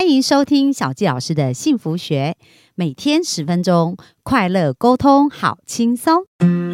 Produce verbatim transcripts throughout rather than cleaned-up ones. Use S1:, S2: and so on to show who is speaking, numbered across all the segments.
S1: 欢迎收听小纪老师的幸福学，每天十分钟，快乐沟通好轻松。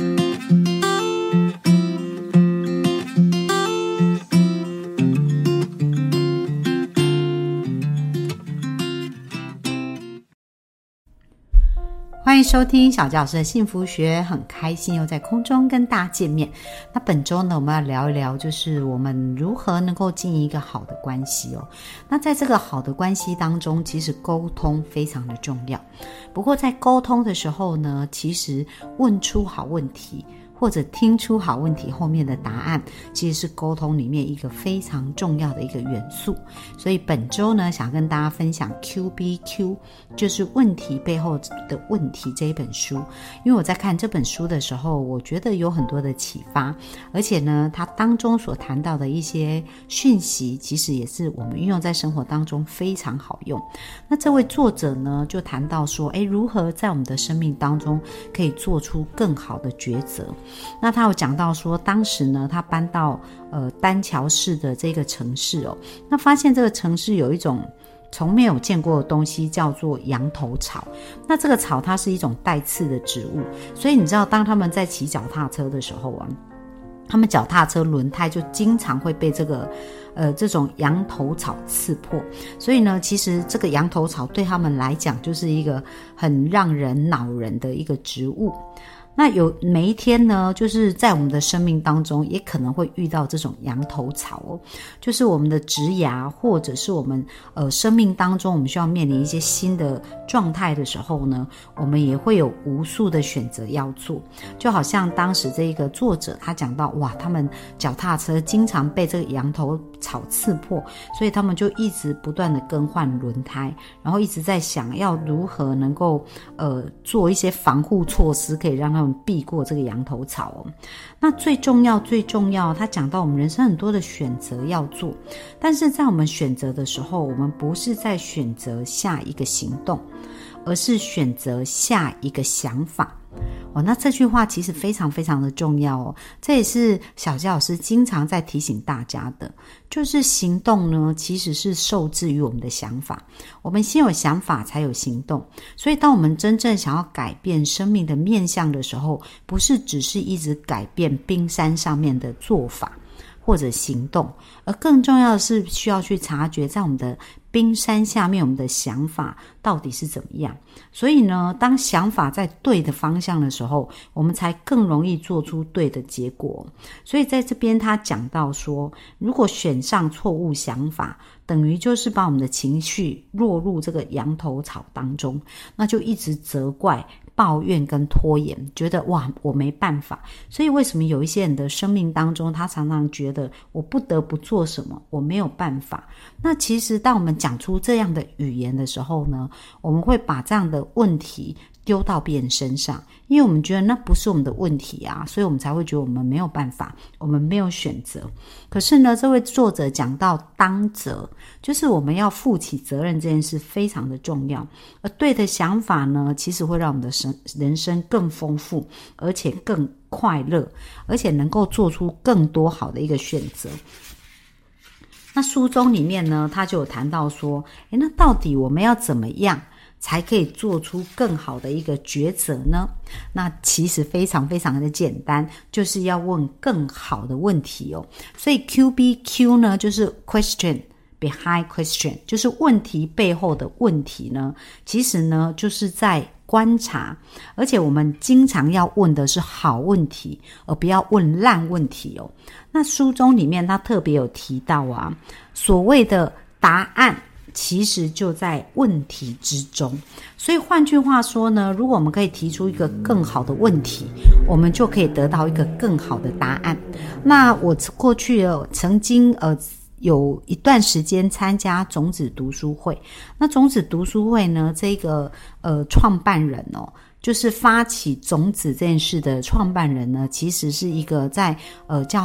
S1: 欢迎收听小纪老师的幸福学，很开心又在空中跟大家见面。那本周呢，我们要聊一聊，就是我们如何能够经营一个好的关系哦。那在这个好的关系当中，其实沟通非常的重要。不过在沟通的时候呢，其实问出好问题，或者听出好问题后面的答案，其实是沟通里面一个非常重要的一个元素。所以本周呢，想跟大家分享 Q B Q， 就是问题背后的问题这一本书。因为我在看这本书的时候，我觉得有很多的启发，而且呢，它当中所谈到的一些讯息，其实也是我们运用在生活当中非常好用。那这位作者呢，就谈到说，诶，如何在我们的生命当中可以做出更好的抉择。那他有讲到说，当时呢，他搬到呃丹桥市的这个城市哦，那发现这个城市有一种从没有见过的东西，叫做羊头草。那这个草它是一种带刺的植物，所以你知道，当他们在骑脚踏车的时候啊，他们脚踏车轮胎就经常会被这个呃这种羊头草刺破。所以呢，其实这个羊头草对他们来讲就是一个很让人恼人的一个植物。那有每一天呢，就是在我们的生命当中也可能会遇到这种羊头草哦，就是我们的职涯，或者是我们呃生命当中我们需要面临一些新的状态的时候呢，我们也会有无数的选择要做。就好像当时这个作者他讲到，哇，他们脚踏车经常被这个羊头草刺破，所以他们就一直不断的更换轮胎，然后一直在想要如何能够呃做一些防护措施，可以让他们避过这个羊头草哦。那最重要最重要，他讲到我们人生很多的选择要做，但是在我们选择的时候，我们不是在选择下一个行动，而是选择下一个想法哦。那这句话其实非常非常的重要哦，这也是小纪老师经常在提醒大家的，就是行动呢其实是受制于我们的想法，我们先有想法才有行动。所以当我们真正想要改变生命的面向的时候，不是只是一直改变冰山上面的做法或者行动，而更重要的是需要去察觉在我们的冰山下面我们的想法到底是怎么样。所以呢，当想法在对的方向的时候，我们才更容易做出对的结果。所以在这边他讲到说，如果选上错误想法，等于就是把我们的情绪落入这个羊头草当中，那就一直责怪抱怨跟拖延，觉得哇我没办法。所以为什么有一些人的生命当中，他常常觉得我不得不做什么，我没有办法。那其实当我们讲出这样的语言的时候呢，我们会把这样的问题丢到别人身上，因为我们觉得那不是我们的问题啊，所以我们才会觉得我们没有办法，我们没有选择。可是呢，这位作者讲到当责，就是我们要负起责任这件事非常的重要。而对的想法呢，其实会让我们的人生更丰富，而且更快乐，而且能够做出更多好的一个选择。那书中里面呢，他就有谈到说，诶，那到底我们要怎么样才可以做出更好的一个抉择呢？那其实非常非常的简单，就是要问更好的问题哦。所以 Q B Q 呢，就是 question behind question， 就是问题背后的问题呢，其实呢就是在观察，而且我们经常要问的是好问题，而不要问烂问题哦。那书中里面他特别有提到啊，所谓的答案其实就在问题之中。所以换句话说呢，如果我们可以提出一个更好的问题，我们就可以得到一个更好的答案。那我过去曾经呃有一段时间参加种子读书会，那种子读书会呢，这个呃创办人哦，就是发起种子这件事的创办人呢，其实是一个在呃叫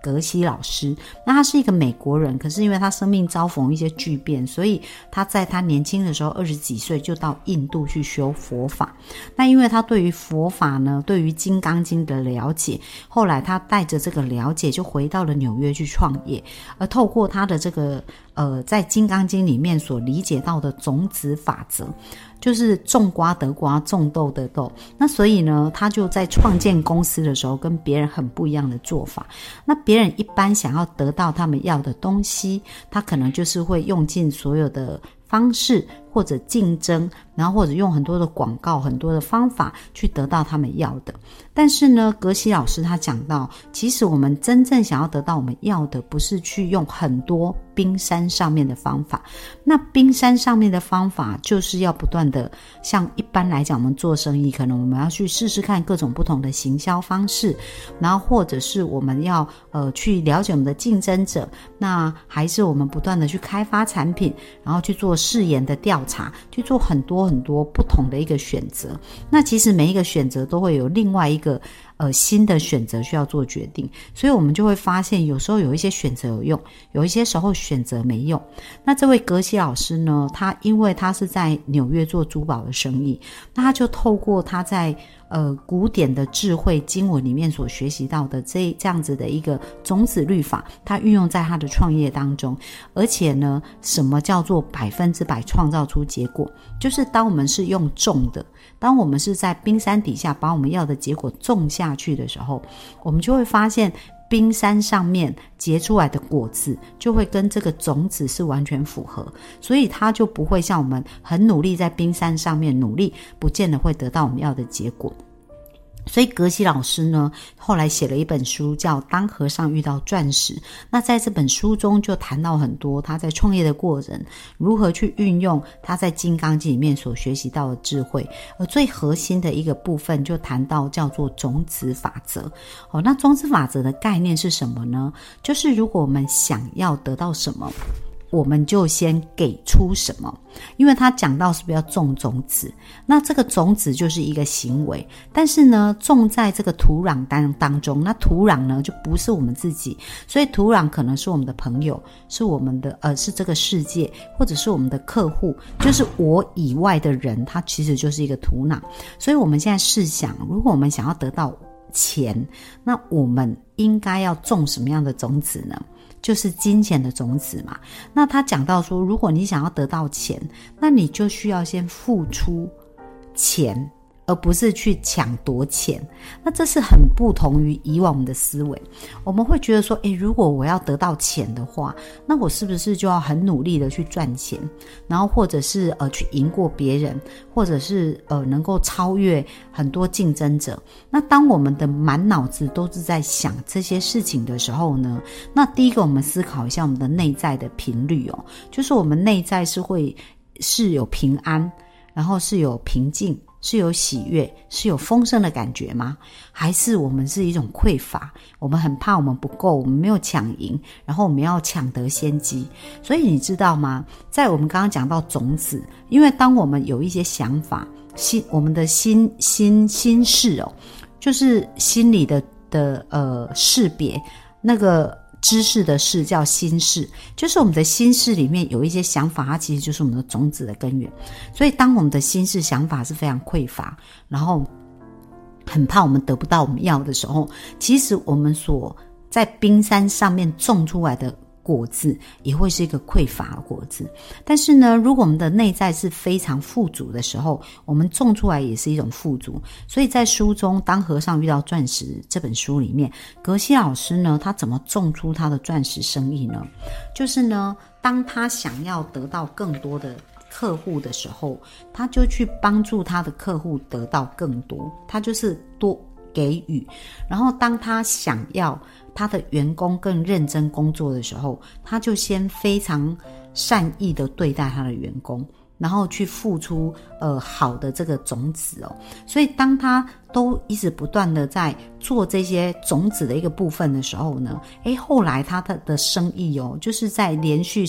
S1: 格西老师。那他是一个美国人，可是因为他生命遭逢一些巨变，所以他在他年轻的时候二十几岁就到印度去修佛法。那因为他对于佛法呢，对于金刚经的了解，后来他带着这个了解就回到了纽约去创业，而透过他的这个呃，在金刚经里面所理解到的种子法则，就是种瓜得瓜，种豆得豆。那所以呢，他就在创建公司的时候跟别人很不一样的做法。那别人一般想要得到他们要的东西，他可能就是会用尽所有的方式或者竞争，然后或者用很多的广告很多的方法去得到他们要的。但是呢，格西老师他讲到，其实我们真正想要得到我们要的，不是去用很多冰山上面的方法。那冰山上面的方法就是要不断的，像一般来讲我们做生意，可能我们要去试试看各种不同的行销方式，然后或者是我们要呃去了解我们的竞争者，那还是我们不断的去开发产品，然后去做试验的调查，去做很多很多不同的一个选择。那其实每一个选择都会有另外一个呃新的选择需要做决定，所以我们就会发现有时候有一些选择有用，有一些时候选择没用。那这位格西老师呢，他因为他是在纽约做珠宝的生意，那他就透过他在呃古典的智慧经文里面所学习到的这这样子的一个种子律法，他运用在他的创业当中。而且呢，什么叫做百分之百创造出结果，就是当我们是用种的，当我们是在冰山底下把我们要的结果种下去的时候，我们就会发现冰山上面结出来的果子就会跟这个种子是完全符合，所以它就不会像我们很努力在冰山上面努力，不见得会得到我们要的结果。所以格西老师呢，后来写了一本书叫《当和尚遇到钻石》。那在这本书中就谈到很多他在创业的过程，如何去运用他在金刚经里面所学习到的智慧。而最核心的一个部分就谈到叫做种子法则。哦，那种子法则的概念是什么呢？就是如果我们想要得到什么，我们就先给出什么。因为他讲到是不是要种种子，那这个种子就是一个行为，但是呢种在这个土壤当当中，那土壤呢就不是我们自己，所以土壤可能是我们的朋友，是我们的呃是这个世界，或者是我们的客户，就是我以外的人，他其实就是一个土壤。所以我们现在试想，如果我们想要得到钱，那我们应该要种什么样的种子呢？就是金钱的种子嘛。那他讲到说，如果你想要得到钱，那你就需要先付出钱，而不是去抢夺钱。那这是很不同于以往我们的思维。我们会觉得说，诶，如果我要得到钱的话，那我是不是就要很努力的去赚钱，然后或者是呃去赢过别人，或者是呃能够超越很多竞争者。那当我们的满脑子都是在想这些事情的时候呢，那第一个我们思考一下我们的内在的频率哦，就是我们内在是会是有平安，然后是有平静，是有喜悦，是有丰盛的感觉吗？还是我们是一种匮乏，我们很怕我们不够，我们没有抢赢，然后我们要抢得先机。所以你知道吗，在我们刚刚讲到种子，因为当我们有一些想法，心我们的心心心事哦，就是心理的的呃识别，那个知识的识叫心事，就是我们的心事里面有一些想法，它其实就是我们的种子的根源。所以当我们的心事想法是非常匮乏，然后很怕我们得不到我们要的时候，其实我们所在冰山上面种出来的果子也会是一个匮乏的果子。但是呢，如果我们的内在是非常富足的时候，我们种出来也是一种富足。所以在书中《当和尚遇到钻石》这本书里面，格西老师呢，他怎么种出他的钻石生意呢？就是呢，当他想要得到更多的客户的时候，他就去帮助他的客户得到更多，他就是多给予。然后当他想要他的员工更认真工作的时候，他就先非常善意的对待他的员工，然后去付出呃好的这个种子哦。所以当他都一直不断的在做这些种子的一个部分的时候呢，诶，后来他的的生意哦，就是在连续十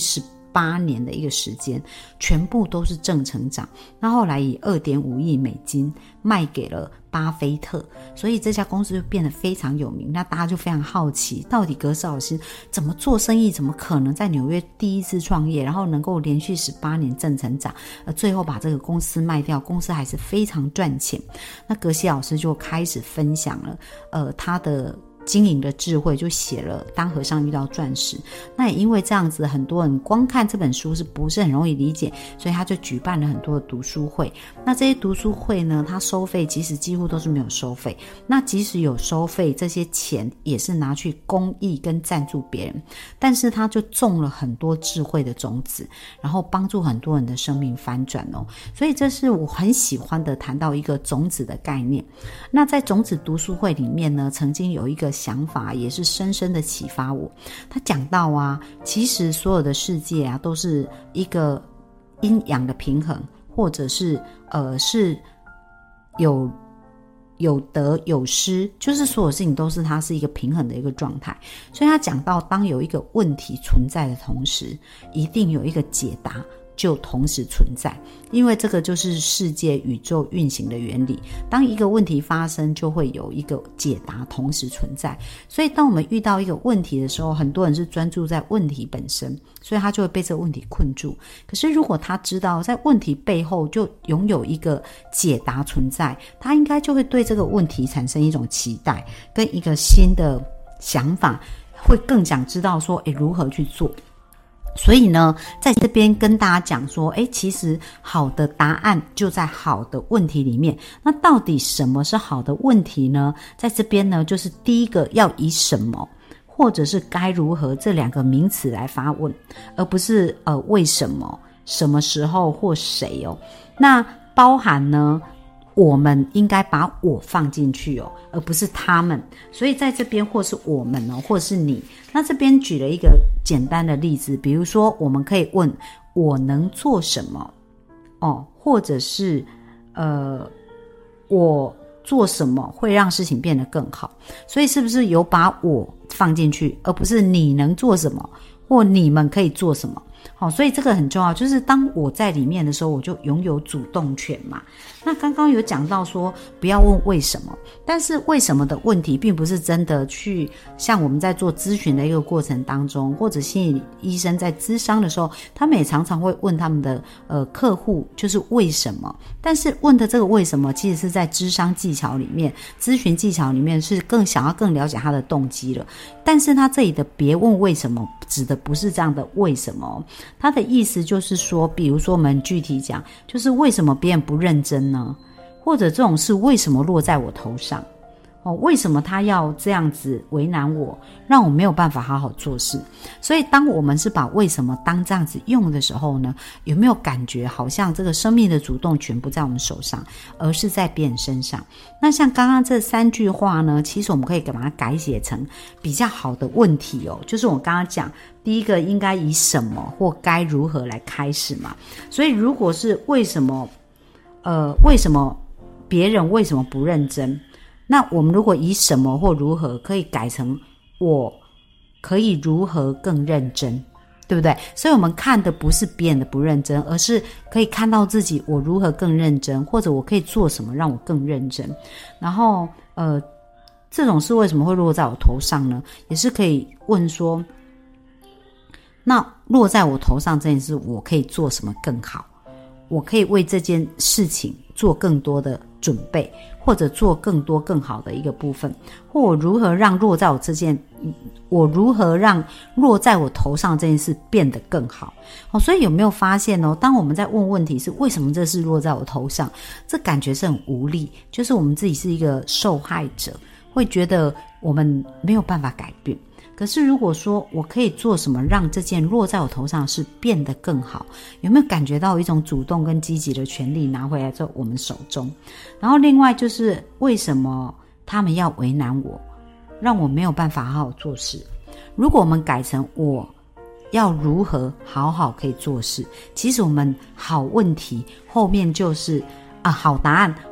S1: 八年的一个时间，全部都是正成长。那后来以 二点五亿美金卖给了巴菲特，所以这家公司就变得非常有名。那大家就非常好奇，到底格斯老师怎么做生意，怎么可能在纽约第一次创业，然后能够连续十八年正成长，呃，最后把这个公司卖掉，公司还是非常赚钱。那格西老师就开始分享了呃他的经营的智慧，就写了当和尚遇到钻石。那也因为这样子，很多人光看这本书是不是很容易理解，所以他就举办了很多的读书会。那这些读书会呢，他收费其实几乎都是没有收费，那即使有收费，这些钱也是拿去公益跟赞助别人，但是他就种了很多智慧的种子，然后帮助很多人的生命翻转哦。所以这是我很喜欢的，谈到一个种子的概念。那在种子读书会里面呢，曾经有一个想法也是深深的启发我。他讲到啊，其实所有的世界啊都是一个阴阳的平衡，或者是呃是有有得有失，就是所有事情都是它是一个平衡的一个状态。所以他讲到，当有一个问题存在的同时，一定有一个解答就同时存在，因为这个就是世界宇宙运行的原理。当一个问题发生，就会有一个解答同时存在。所以当我们遇到一个问题的时候，很多人是专注在问题本身，所以他就会被这个问题困住。可是如果他知道在问题背后就拥有一个解答存在，他应该就会对这个问题产生一种期待跟一个新的想法，会更想知道说诶如何去做。所以呢，在这边跟大家讲说，诶，其实好的答案就在好的问题里面。那到底什么是好的问题呢？在这边呢，就是第一个要以什么或者是该如何这两个名词来发问，而不是呃为什么、什么时候或谁哦。那包含呢，我们应该把我放进去哦，而不是他们。所以在这边或是我们哦，或是你。那这边举了一个简单的例子，比如说我们可以问我能做什么哦，或者是呃我做什么会让事情变得更好。所以是不是有把我放进去，而不是你能做什么或你们可以做什么。好，所以这个很重要，就是当我在里面的时候，我就拥有主动权嘛。那刚刚有讲到说不要问为什么，但是为什么的问题并不是真的去像我们在做咨询的一个过程当中，或者心理医生在咨商的时候，他们也常常会问他们的呃客户就是为什么。但是问的这个为什么其实是在咨商技巧里面、咨询技巧里面是更想要更了解他的动机了。但是他这里的别问为什么指的不是这样的为什么，他的意思就是说，比如说我们具体讲，就是为什么别人不认真呢？或者这种事为什么落在我头上？哦，为什么他要这样子为难我，让我没有办法好好做事？所以当我们是把为什么当这样子用的时候呢，有没有感觉好像这个生命的主动权不在我们手上，而是在别人身上？那像刚刚这三句话呢，其实我们可以把它改写成比较好的问题哦，就是我刚刚讲第一个应该以什么或该如何来开始嘛。所以如果是为什么呃，为什么别人为什么不认真，那我们如果以什么或如何可以改成我可以如何更认真，对不对？所以我们看的不是别人的不认真，而是可以看到自己我如何更认真，或者我可以做什么让我更认真。然后呃，这种事为什么会落在我头上呢？也是可以问说，那落在我头上这件事我可以做什么更好？我可以为这件事情做更多的准备，或者做更多更好的一个部分，或我如何让落在我这件我如何让落在我头上这件事变得更好。哦，所以有没有发现哦，当我们在问问题是为什么这事落在我头上，这感觉是很无力，就是我们自己是一个受害者，会觉得我们没有办法改变。可是如果说我可以做什么让这件落在我头上是变得更好，有没有感觉到一种主动跟积极的权利拿回来在我们手中？然后另外就是为什么他们要为难我，让我没有办法好好做事？如果我们改成我要如何好好可以做事，其实我们好问题后面就是啊，好答案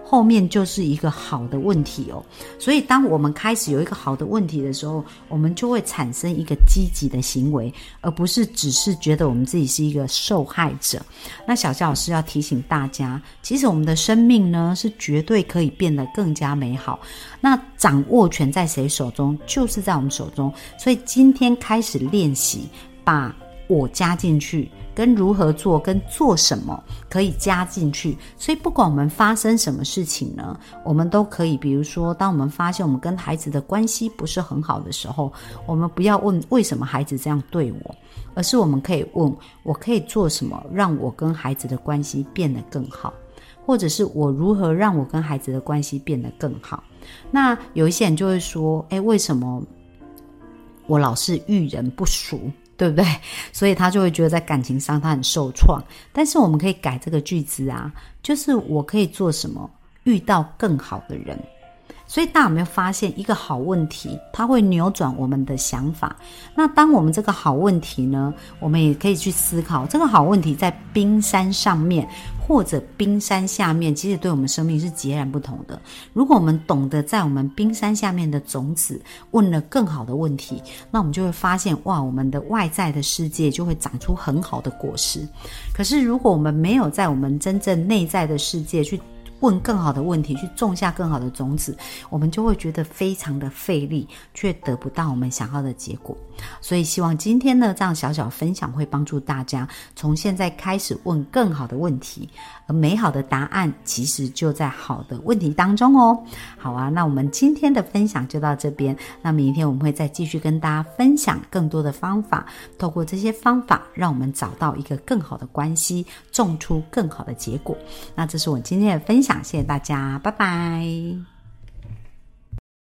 S1: 后面就是一个好的问题哦。所以当我们开始有一个好的问题的时候，我们就会产生一个积极的行为，而不是只是觉得我们自己是一个受害者。那小教老师要提醒大家，其实我们的生命呢是绝对可以变得更加美好，那掌握权在谁手中，就是在我们手中。所以今天开始练习把我加进去，跟如何做跟做什么可以加进去。所以不管我们发生什么事情呢，我们都可以，比如说当我们发现我们跟孩子的关系不是很好的时候，我们不要问为什么孩子这样对我，而是我们可以问我可以做什么让我跟孩子的关系变得更好，或者是我如何让我跟孩子的关系变得更好。那有一些人就会说，诶，为什么我老是遇人不淑，对不对？所以他就会觉得在感情上他很受创。但是我们可以改这个句子啊，就是我可以做什么遇到更好的人。所以大家有没有发现一个好问题它会扭转我们的想法？那当我们这个好问题呢，我们也可以去思考这个好问题在冰山上面或者冰山下面，其实对我们生命是截然不同的。如果我们懂得在我们冰山下面的种子问了更好的问题，那我们就会发现，哇，我们的外在的世界就会长出很好的果实。可是如果我们没有在我们真正内在的世界去问更好的问题，去种下更好的种子，我们就会觉得非常的费力，却得不到我们想要的结果。所以希望今天呢，这样小小分享会帮助大家从现在开始问更好的问题，而美好的答案其实就在好的问题当中哦。好啊，那我们今天的分享就到这边，那明天我们会再继续跟大家分享更多的方法，透过这些方法让我们找到一个更好的关系，种出更好的结果。那这是我今天的分享，谢谢大家，拜拜。